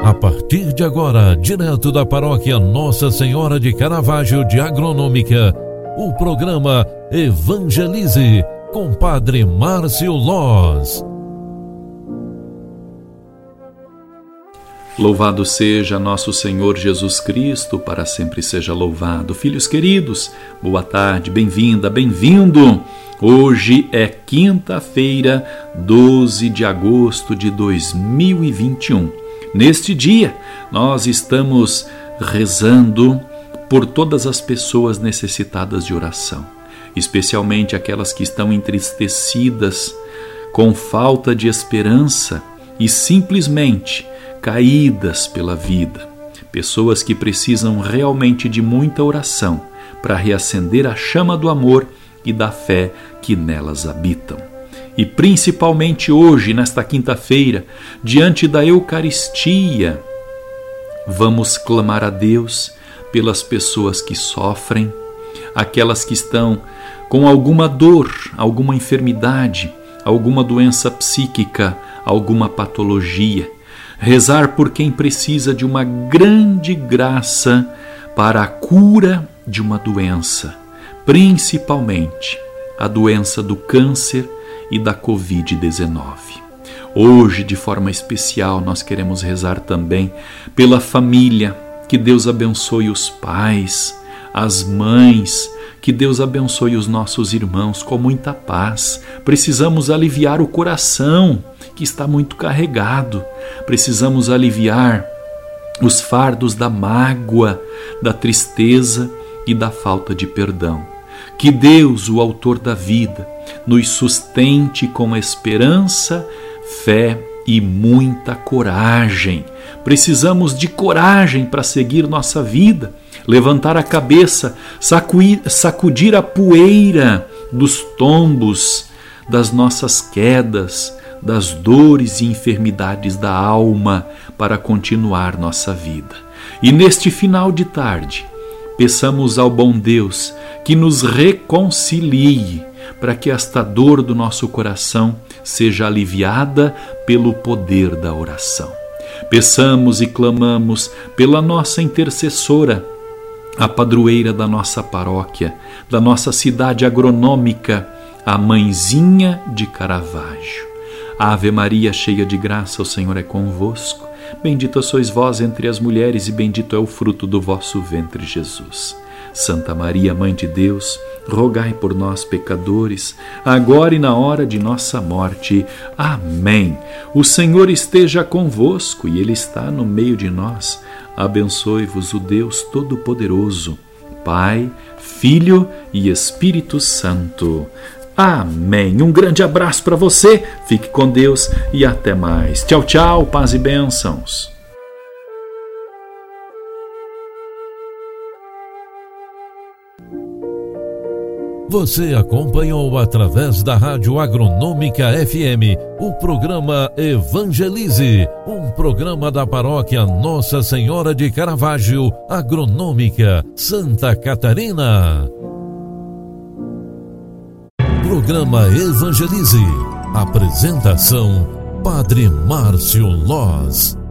A partir de agora, direto da paróquia Nossa Senhora de Caravaggio de Agronômica, o programa Evangelize, com Padre Márcio Loz. Louvado seja nosso Senhor Jesus Cristo, para sempre seja louvado. Filhos queridos, boa tarde, bem-vinda, bem-vindo. Hoje é quinta-feira, 12 de agosto de 2021. Neste dia, nós estamos rezando por todas as pessoas necessitadas de oração, especialmente aquelas que estão entristecidas, com falta de esperança e simplesmente caídas pela vida. Pessoas que precisam realmente de muita oração para reacender a chama do amor e da fé que nelas habitam. E principalmente hoje, nesta quinta-feira, diante da Eucaristia, vamos clamar a Deus pelas pessoas que sofrem, aquelas que estão com alguma dor, alguma enfermidade, alguma doença psíquica, alguma patologia. Rezar por quem precisa de uma grande graça para a cura de uma doença, principalmente a doença do câncer e da Covid-19. Hoje, de forma especial, nós queremos rezar também pela família, que Deus abençoe os pais, as mães, que Deus abençoe os nossos irmãos com muita paz. Precisamos aliviar o coração, que está muito carregado. Precisamos aliviar os fardos da mágoa, da tristeza e da falta de perdão. Que Deus, o autor da vida, nos sustente com esperança, fé e muita coragem. Precisamos de coragem para seguir nossa vida, levantar a cabeça, sacudir a poeira dos tombos, das nossas quedas, das dores e enfermidades da alma, para continuar nossa vida. E neste final de tarde, peçamos ao bom Deus que nos reconcilie, para que esta dor do nosso coração seja aliviada pelo poder da oração. Peçamos e clamamos pela nossa intercessora, a padroeira da nossa paróquia, da nossa cidade agronômica, a Mãezinha de Caravaggio. Ave Maria, cheia de graça, o Senhor é convosco. Bendita sois vós entre as mulheres e bendito é o fruto do vosso ventre, Jesus. Santa Maria, Mãe de Deus, rogai por nós, pecadores, agora e na hora de nossa morte. Amém. O Senhor esteja convosco e Ele está no meio de nós. Abençoe-vos o Deus Todo-Poderoso, Pai, Filho e Espírito Santo. Amém. Um grande abraço para você, fique com Deus e até mais. Tchau, tchau, paz e bênçãos. Você acompanhou através da Rádio Agronômica FM o programa Evangelize, um programa da paróquia Nossa Senhora de Caravaggio, Agronômica, Santa Catarina. Programa Evangelize. Apresentação: Padre Márcio Loz.